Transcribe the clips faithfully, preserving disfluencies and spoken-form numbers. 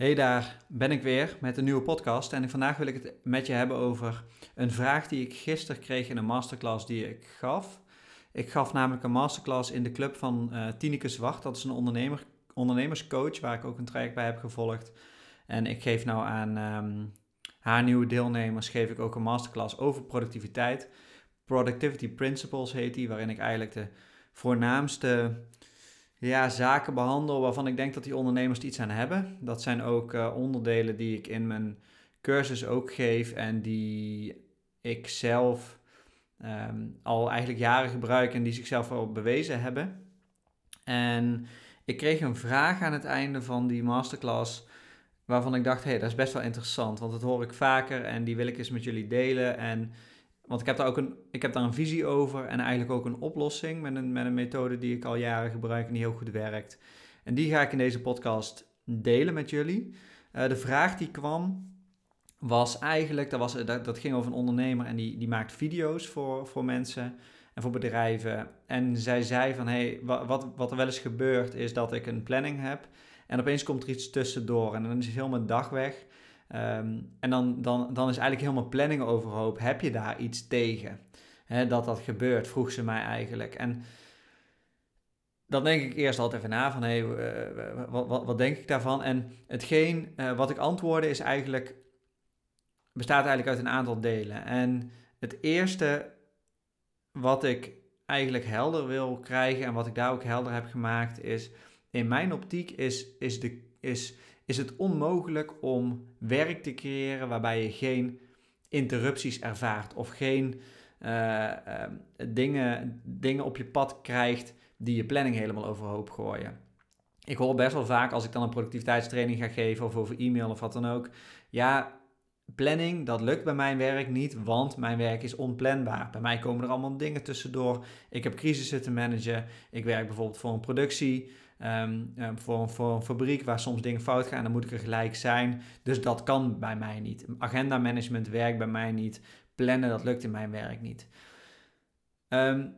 Hey, daar ben ik weer met een nieuwe podcast en vandaag wil ik het met je hebben over een vraag die ik gisteren kreeg in een masterclass die ik gaf. Ik gaf namelijk een masterclass in de club van uh, Tineke Zwart, dat is een ondernemer, ondernemerscoach waar ik ook een traject bij heb gevolgd. En ik geef nou aan um, haar nieuwe deelnemers geef ik ook een masterclass over productiviteit. Productivity Principles heet die, waarin ik eigenlijk de voornaamste ja, zaken behandel waarvan ik denk dat die ondernemers er iets aan hebben. Dat zijn ook uh, onderdelen die ik in mijn cursus ook geef en die ik zelf um, al eigenlijk jaren gebruik en die zichzelf al bewezen hebben. En ik kreeg een vraag aan het einde van die masterclass waarvan ik dacht, hé, hey, dat is best wel interessant, want dat hoor ik vaker en die wil ik eens met jullie delen. En want ik heb daar ook een, ik heb daar een visie over en eigenlijk ook een oplossing met een, met een methode die ik al jaren gebruik en die heel goed werkt. En die ga ik in deze podcast delen met jullie. Uh, de vraag die kwam was eigenlijk, dat, was, dat, dat ging over een ondernemer en die, die maakt video's voor, voor mensen en voor bedrijven. En zij zei van, hé, hey, wat, wat er wel eens gebeurt is dat ik een planning heb en opeens komt er iets tussendoor en dan is heel mijn dag weg. Um, en dan, dan, dan is eigenlijk helemaal planning overhoop. Heb je daar iets tegen? He, dat dat gebeurt, vroeg ze mij eigenlijk. En dan denk ik eerst altijd even na van, hé, hey, uh, wat, wat, wat denk ik daarvan? En hetgeen uh, wat ik antwoordde is eigenlijk, bestaat eigenlijk uit een aantal delen. En het eerste wat ik eigenlijk helder wil krijgen en wat ik daar ook helder heb gemaakt is, in mijn optiek is, is, de, is, is het onmogelijk om werk te creëren waarbij je geen interrupties ervaart of geen uh, uh, dingen, dingen op je pad krijgt die je planning helemaal overhoop gooien. Ik hoor best wel vaak als ik dan een productiviteitstraining ga geven of over e-mail of wat dan ook. Ja, planning, dat lukt bij mijn werk niet, want mijn werk is onplanbaar. Bij mij komen er allemaal dingen tussendoor. Ik heb crisissen te managen. Ik werk bijvoorbeeld voor een productie, um, um, voor, een, voor een fabriek waar soms dingen fout gaan. Dan moet ik er gelijk zijn. Dus dat kan bij mij niet. Agenda management werkt bij mij niet. Plannen, dat lukt in mijn werk niet. Um,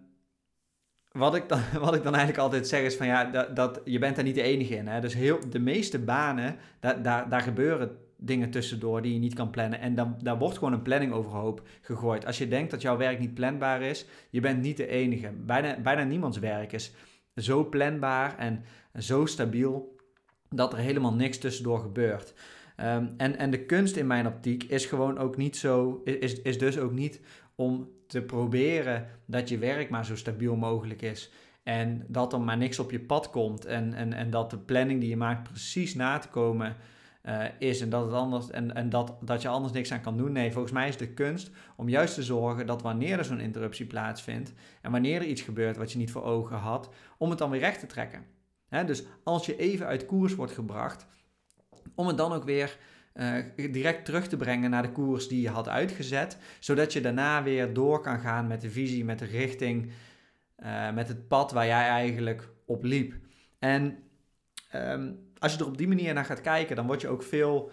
Wat ik, dan, wat ik dan eigenlijk altijd zeg is van ja, dat, dat, je bent daar niet de enige in. Hè? Dus heel, de meeste banen, daar, daar, daar gebeuren dingen tussendoor die je niet kan plannen. En dan, daar wordt gewoon een planning overhoop gegooid. Als je denkt dat jouw werk niet planbaar is, je bent niet de enige. Bijna, bijna niemands werk is zo planbaar en zo stabiel dat er helemaal niks tussendoor gebeurt. Um, en, en de kunst in mijn optiek is gewoon ook niet zo, is, is dus ook niet om te proberen dat je werk maar zo stabiel mogelijk is. En dat er maar niks op je pad komt. En, en, en dat de planning die je maakt precies na te komen uh, is. En, dat, het anders, en, en dat, dat je anders niks aan kan doen. Nee, volgens mij is de kunst om juist te zorgen dat wanneer er zo'n interruptie plaatsvindt. En wanneer er iets gebeurt wat je niet voor ogen had. Om het dan weer recht te trekken. He, dus als je even uit koers wordt gebracht. Om het dan ook weer uh, direct terug te brengen naar de koers die je had uitgezet. Zodat je daarna weer door kan gaan met de visie, met de richting, uh, met het pad waar jij eigenlijk op liep. En um, als je er op die manier naar gaat kijken, dan word je ook veel,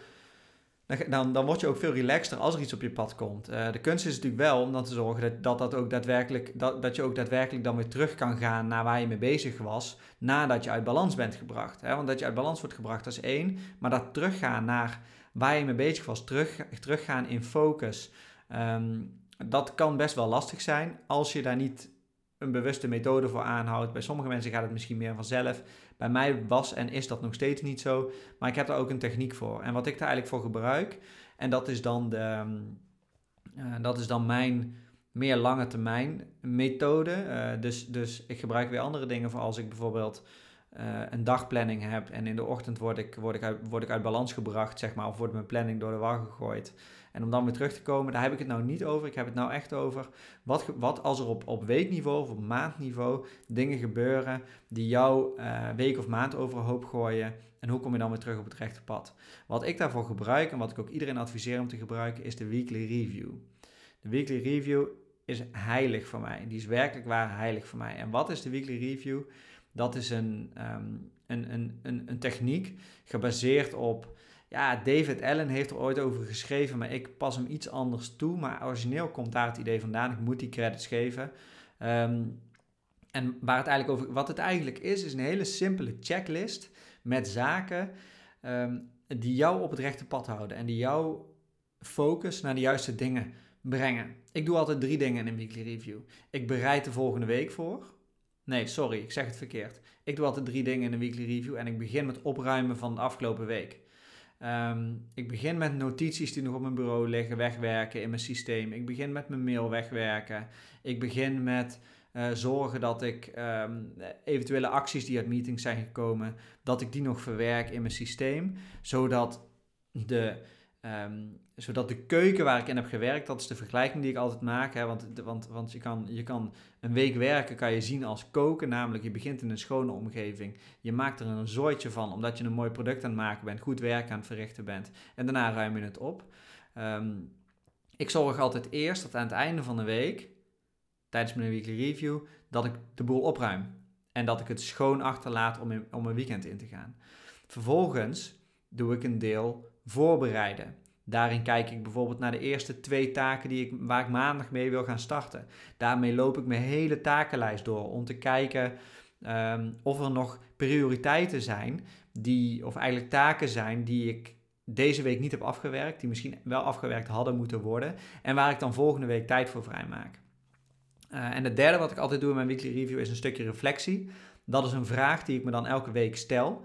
dan, dan word je ook veel relaxter als er iets op je pad komt. Uh, de kunst is natuurlijk wel om dan te zorgen dat, dat, dat, ook daadwerkelijk, dat, dat je ook daadwerkelijk dan weer terug kan gaan naar waar je mee bezig was, nadat je uit balans bent gebracht. Hè? Want dat je uit balans wordt gebracht, dat is één. Maar dat teruggaan naar waar je mee bezig was, terug, teruggaan in focus, um, dat kan best wel lastig zijn als je daar niet een bewuste methode voor aanhoudt. Bij sommige mensen gaat het misschien meer vanzelf. Bij mij was en is dat nog steeds niet zo. Maar ik heb daar ook een techniek voor. En wat ik daar eigenlijk voor gebruik, en dat is dan, de, uh, dat is dan mijn meer lange termijn methode. Uh, dus, dus ik gebruik weer andere dingen voor als ik bijvoorbeeld uh, een dagplanning heb en in de ochtend word ik, word, ik uit, word ik uit balans gebracht, zeg maar, of wordt mijn planning door de war gegooid. En om dan weer terug te komen, daar heb ik het nou niet over. Ik heb het nou echt over wat, wat als er op, op weekniveau of op maandniveau dingen gebeuren die jouw uh, week of maand overhoop gooien. En hoe kom je dan weer terug op het rechte pad? Wat ik daarvoor gebruik en wat ik ook iedereen adviseer om te gebruiken is de weekly review. De weekly review is heilig voor mij. Die is werkelijk waar heilig voor mij. En wat is de weekly review? Dat is een, um, een, een, een, een techniek gebaseerd op... Ja, David Allen heeft er ooit over geschreven, maar ik pas hem iets anders toe. Maar origineel komt daar het idee vandaan. Ik moet die credits geven. Um, en waar het eigenlijk over, wat het eigenlijk is, is een hele simpele checklist met zaken um, die jou op het rechte pad houden en die jou focus naar de juiste dingen brengen. Ik doe altijd drie dingen in een weekly review. Ik bereid de volgende week voor. Nee, sorry, ik zeg het verkeerd. Ik doe altijd drie dingen in een weekly review en ik begin met opruimen van de afgelopen week. Um, ik begin met notities die nog op mijn bureau liggen, wegwerken in mijn systeem. Ik begin met mijn mail wegwerken. Ik begin met uh, zorgen dat ik um, eventuele acties die uit meetings zijn gekomen, dat ik die nog verwerk in mijn systeem, zodat de... Um, zodat de keuken waar ik in heb gewerkt, dat is de vergelijking die ik altijd maak. Hè, want want, want je, kan, je kan een week werken, kan je zien als koken. Namelijk, je begint in een schone omgeving. Je maakt er een zooitje van, omdat je een mooi product aan het maken bent. Goed werk aan het verrichten bent. En daarna ruim je het op. Um, ik zorg altijd eerst dat aan het einde van de week, tijdens mijn weekly review, dat ik de boel opruim. En dat ik het schoon achterlaat om, in, om een weekend in te gaan. Vervolgens doe ik een deel voorbereiden. Daarin kijk ik bijvoorbeeld naar de eerste twee taken die ik, waar ik maandag mee wil gaan starten. Daarmee loop ik mijn hele takenlijst door om te kijken um, of er nog prioriteiten zijn, die, of eigenlijk taken zijn die ik deze week niet heb afgewerkt, die misschien wel afgewerkt hadden moeten worden en waar ik dan volgende week tijd voor vrijmaak. Uh, en het derde wat ik altijd doe in mijn weekly review is een stukje reflectie. Dat is een vraag die ik me dan elke week stel.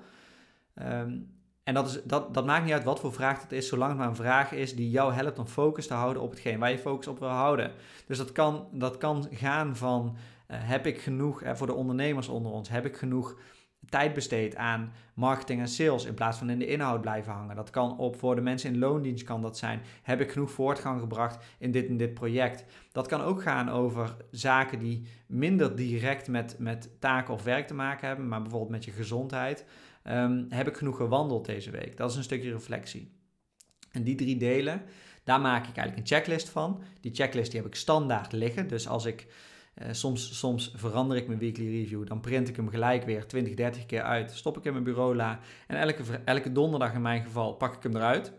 Um, En dat, is, dat, dat maakt niet uit wat voor vraag het is, zolang het maar een vraag is die jou helpt om focus te houden op hetgeen waar je focus op wil houden. Dus dat kan, dat kan gaan van, uh, heb ik genoeg, uh, voor de ondernemers onder ons, heb ik genoeg tijd besteed aan marketing en sales in plaats van in de inhoud blijven hangen. Dat kan op, voor de mensen in loondienst kan dat zijn, heb ik genoeg voortgang gebracht in dit en dit project. Dat kan ook gaan over zaken die minder direct met, met taken of werk te maken hebben, maar bijvoorbeeld met je gezondheid. Um, heb ik genoeg gewandeld deze week? Dat is een stukje reflectie. En die drie delen, daar maak ik eigenlijk een checklist van. Die checklist die heb ik standaard liggen. Dus als ik, uh, soms, soms verander ik mijn weekly review, dan print ik hem gelijk weer twintig, dertig keer uit. Stop ik in mijn bureau la en elke, elke donderdag in mijn geval pak ik hem eruit.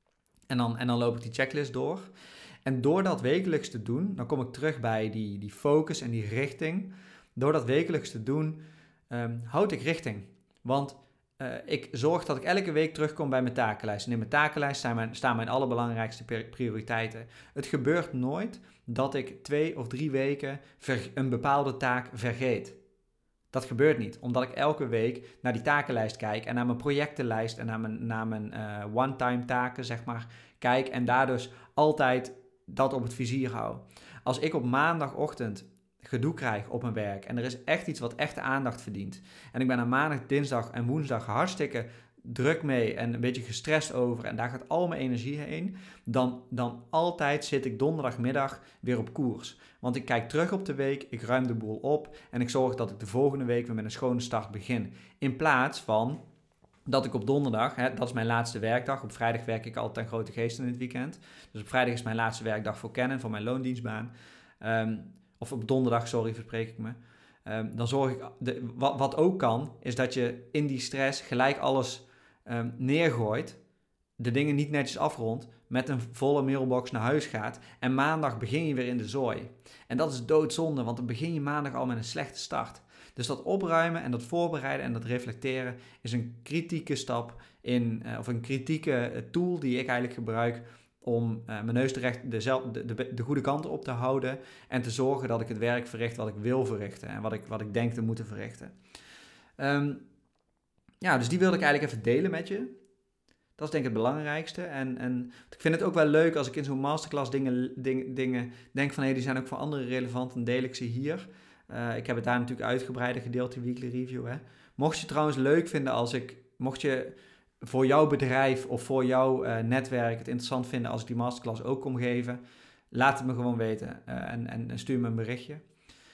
En dan, en dan loop ik die checklist door. En door dat wekelijks te doen, dan kom ik terug bij die, die focus en die richting. Door dat wekelijks te doen, um, houd ik richting. Want Uh, ik zorg dat ik elke week terugkom bij mijn takenlijst. En in mijn takenlijst staan mijn, staan mijn allerbelangrijkste prioriteiten. Het gebeurt nooit dat ik twee of drie weken ver, een bepaalde taak vergeet. Dat gebeurt niet, omdat ik elke week naar die takenlijst kijk en naar mijn projectenlijst en naar mijn, naar mijn uh, one-time taken, zeg maar, kijk en daar dus altijd dat op het vizier hou. Als ik op maandagochtend gedoe krijg op mijn werk en er is echt iets wat echt aandacht verdient en ik ben aan maandag, dinsdag en woensdag hartstikke druk mee en een beetje gestrest over en daar gaat al mijn energie heen, dan, dan altijd zit ik donderdagmiddag weer op koers. Want ik kijk terug op de week, ik ruim de boel op en ik zorg dat ik de volgende week weer met een schone start begin. In plaats van dat ik op donderdag, hè, dat is mijn laatste werkdag, op vrijdag werk ik altijd aan Grote Geesten in het weekend, dus op vrijdag is mijn laatste werkdag voor Canon, voor mijn loondienstbaan. Um, Of op donderdag, sorry, verspreek ik me. Um, dan zorg ik... De, wat, wat ook kan, is dat je in die stress gelijk alles um, neergooit. De dingen niet netjes afrondt. Met een volle mailbox naar huis gaat. En maandag begin je weer in de zooi. En dat is doodzonde, want dan begin je maandag al met een slechte start. Dus dat opruimen en dat voorbereiden en dat reflecteren is een kritieke stap in... Uh, of een kritieke tool die ik eigenlijk gebruik om uh, mijn neus terecht de, de, de, de goede kant op te houden en te zorgen dat ik het werk verricht wat ik wil verrichten en wat ik, wat ik denk te moeten verrichten. Um, ja, dus die wilde ik eigenlijk even delen met je. Dat is denk ik het belangrijkste. En, en ik vind het ook wel leuk als ik in zo'n masterclass dingen, ding, dingen denk van hé, hey, die zijn ook voor anderen relevant, dan deel ik ze hier. Uh, ik heb het daar natuurlijk uitgebreider gedeeld, die weekly review. Hè. Mocht je het trouwens leuk vinden als ik, mocht je voor jouw bedrijf of voor jouw uh, netwerk het interessant vinden als ik die masterclass ook kom geven, laat het me gewoon weten uh, en, en, en stuur me een berichtje. Um,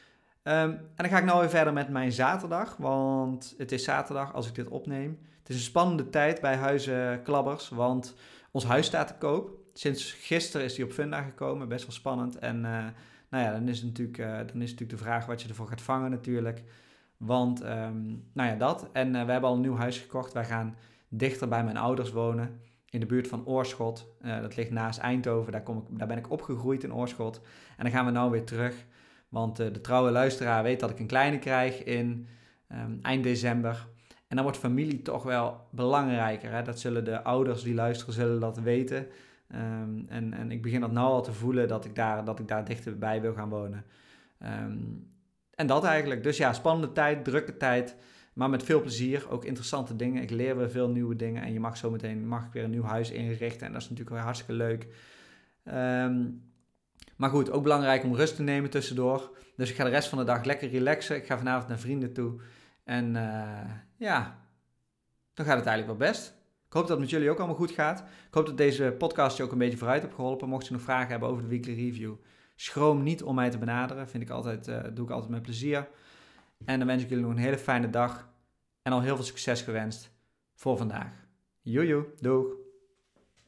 en dan ga ik nou weer verder met mijn zaterdag, want het is zaterdag als ik dit opneem. Het is een spannende tijd bij Huizen Klabbers, want ons huis staat te koop. Sinds gisteren is die op Funda gekomen, best wel spannend. En uh, nou ja, dan is, het natuurlijk, uh, dan is het natuurlijk de vraag wat je ervoor gaat vangen natuurlijk. Want, um, nou ja, dat. En uh, we hebben al een nieuw huis gekocht. Wij gaan dichter bij mijn ouders wonen, in de buurt van Oorschot. Uh, dat ligt naast Eindhoven, daar, kom ik, daar ben ik opgegroeid in Oorschot. En dan gaan we nou weer terug, want uh, de trouwe luisteraar weet dat ik een kleine krijg in um, eind december. En dan wordt familie toch wel belangrijker. Hè? Dat zullen de ouders die luisteren zullen dat weten. Um, en, en ik begin dat nou al te voelen dat ik daar, dat ik daar dichterbij wil gaan wonen. Um, en dat eigenlijk. Dus ja, spannende tijd, drukke tijd, maar met veel plezier. Ook interessante dingen. Ik leer weer veel nieuwe dingen. En je mag zo meteen mag ik weer een nieuw huis inrichten. En dat is natuurlijk wel hartstikke leuk. Um, maar goed, ook belangrijk om rust te nemen tussendoor. Dus ik ga de rest van de dag lekker relaxen. Ik ga vanavond naar vrienden toe. En uh, ja, dan gaat het eigenlijk wel best. Ik hoop dat het met jullie ook allemaal goed gaat. Ik hoop dat deze podcast je ook een beetje vooruit heeft geholpen. Mocht je nog vragen hebben over de weekly review, schroom niet om mij te benaderen. Vind ik altijd, uh, doe ik altijd met plezier. En dan wens ik jullie nog een hele fijne dag. En al heel veel succes gewenst voor vandaag. Joejoe, doeg!